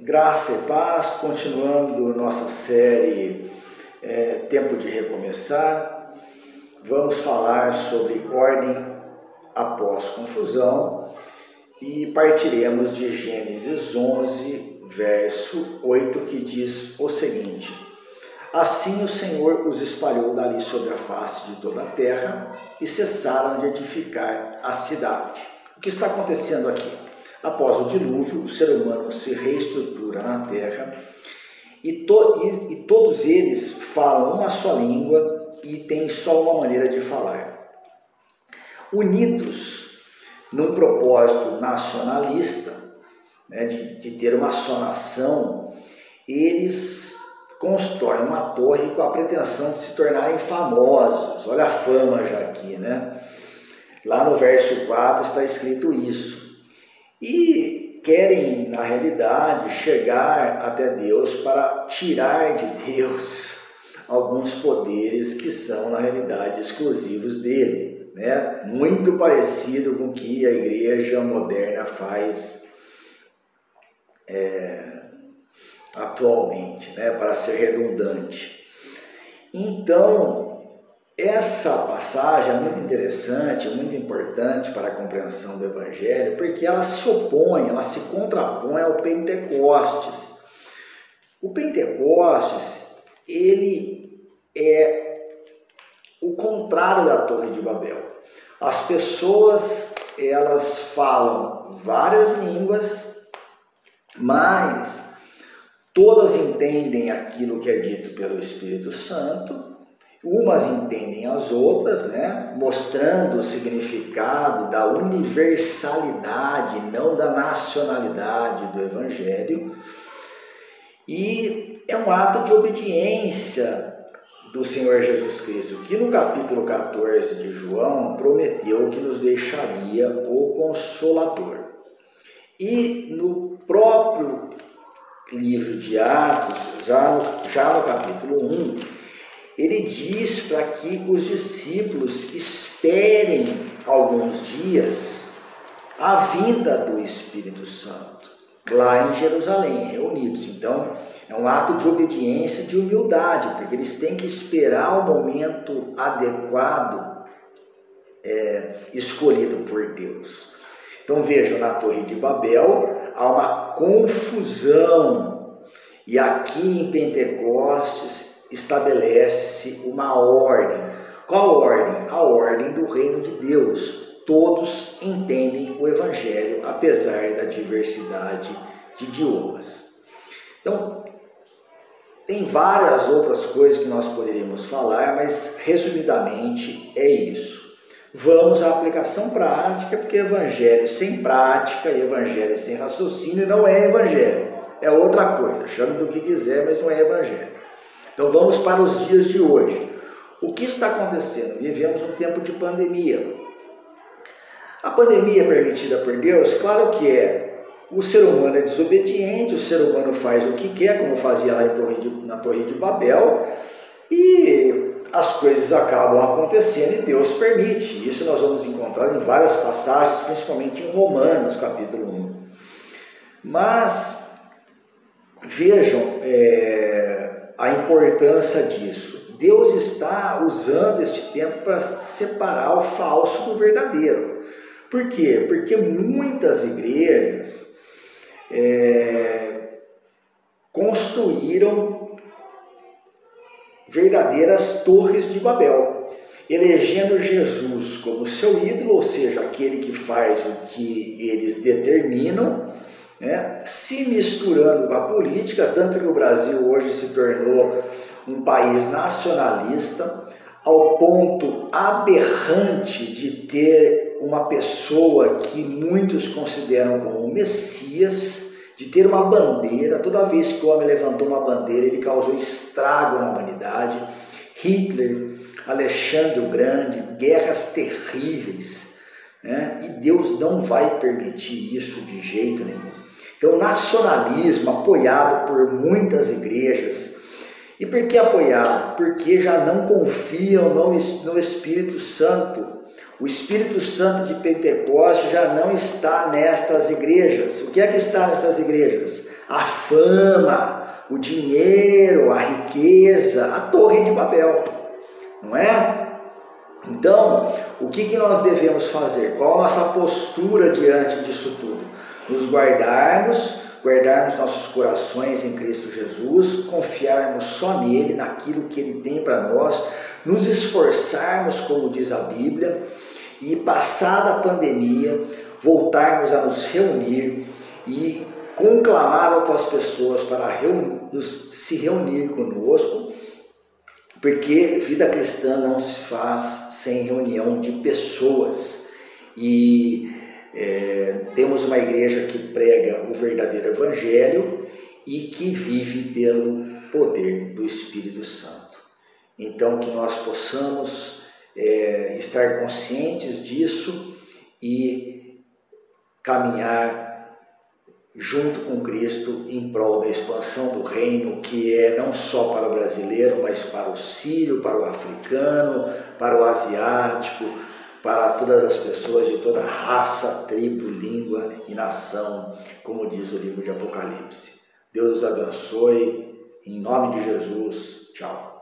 Graça e paz, continuando nossa série Tempo de Recomeçar, vamos falar sobre ordem após confusão e partiremos de Gênesis 11, verso 8, que diz o seguinte: Assim o Senhor os espalhou dali sobre a face de toda a terra e cessaram de edificar a cidade. O que está acontecendo aqui? Após o dilúvio, o ser humano se reestrutura na terra e todos eles falam uma só língua e têm só uma maneira de falar. Unidos num propósito nacionalista, de ter uma só nação, eles constroem uma torre com a pretensão de se tornarem famosos. Olha a fama já aqui, Lá no verso 4 está escrito isso. E querem, na realidade, chegar até Deus para tirar de Deus alguns poderes que são, na realidade, exclusivos dele. Muito parecido com o que a igreja moderna faz atualmente, para ser redundante. Então, essa passagem é muito interessante, muito importante para a compreensão do Evangelho, porque ela se opõe, ela se contrapõe ao Pentecostes. O Pentecostes, ele é o contrário da Torre de Babel. As pessoas, elas falam várias línguas, mas todas entendem aquilo que é dito pelo Espírito Santo. Umas entendem as outras, mostrando o significado da universalidade, não da nacionalidade do Evangelho. E é um ato de obediência do Senhor Jesus Cristo, que no capítulo 14 de João prometeu que nos deixaria o Consolador. E no próprio livro de Atos, já no capítulo 1, ele diz para que os discípulos esperem alguns dias a vinda do Espírito Santo, lá em Jerusalém, reunidos. Então, é um ato de obediência, de humildade, porque eles têm que esperar o momento adequado, escolhido por Deus. Então, vejam, na Torre de Babel há uma confusão, e aqui em Pentecostes estabelece-se uma ordem. Qual ordem? A ordem do reino de Deus. Todos entendem o Evangelho, apesar da diversidade de idiomas. Então, tem várias outras coisas que nós poderíamos falar, mas resumidamente é isso. Vamos à aplicação prática, porque Evangelho sem prática e Evangelho sem raciocínio não é Evangelho. É outra coisa, chame do que quiser, mas não é Evangelho. Então vamos para os dias de hoje. O que está acontecendo? Vivemos um tempo de pandemia. A pandemia é permitida por Deus? Claro que é. O ser humano é desobediente, o ser humano faz o que quer, como fazia lá na Torre de Babel, e as coisas acabam acontecendo e Deus permite. Isso nós vamos encontrar em várias passagens, principalmente em Romanos, capítulo 1. Mas vejam a importância disso. Deus está usando este tempo para separar o falso do verdadeiro. Por quê? Porque muitas igrejas construíram verdadeiras torres de Babel, elegendo Jesus como seu ídolo, ou seja, aquele que faz o que eles determinam, se misturando com a política, tanto que o Brasil hoje se tornou um país nacionalista, ao ponto aberrante de ter uma pessoa que muitos consideram como um Messias, de ter uma bandeira. Toda vez que o homem levantou uma bandeira, ele causou estrago na humanidade. Hitler, Alexandre o Grande, guerras terríveis, e Deus não vai permitir isso de jeito nenhum. Então, o nacionalismo apoiado por muitas igrejas. E por que apoiado? Porque já não confiam no Espírito Santo. O Espírito Santo de Pentecostes já não está nestas igrejas. O que é que está nessas igrejas? a fama, o dinheiro, a riqueza, a Torre de Babel, não é? Então, o que nós devemos fazer? Qual a nossa postura diante disso tudo? Nos guardarmos nossos corações em Cristo Jesus, confiarmos só nele, naquilo que ele tem para nós, nos esforçarmos, como diz a Bíblia, e passada a pandemia, voltarmos a nos reunir e conclamar outras pessoas para se reunir conosco, porque vida cristã não se faz sem reunião de pessoas. E temos uma igreja que prega o verdadeiro evangelho e que vive pelo poder do Espírito Santo. Então, que nós possamos estar conscientes disso e caminhar junto com Cristo em prol da expansão do reino, que é não só para o brasileiro, mas para o sírio, para o africano, para o asiático, para todas as pessoas de toda raça, tribo, língua e nação, como diz o livro de Apocalipse. Deus os abençoe, em nome de Jesus. Tchau.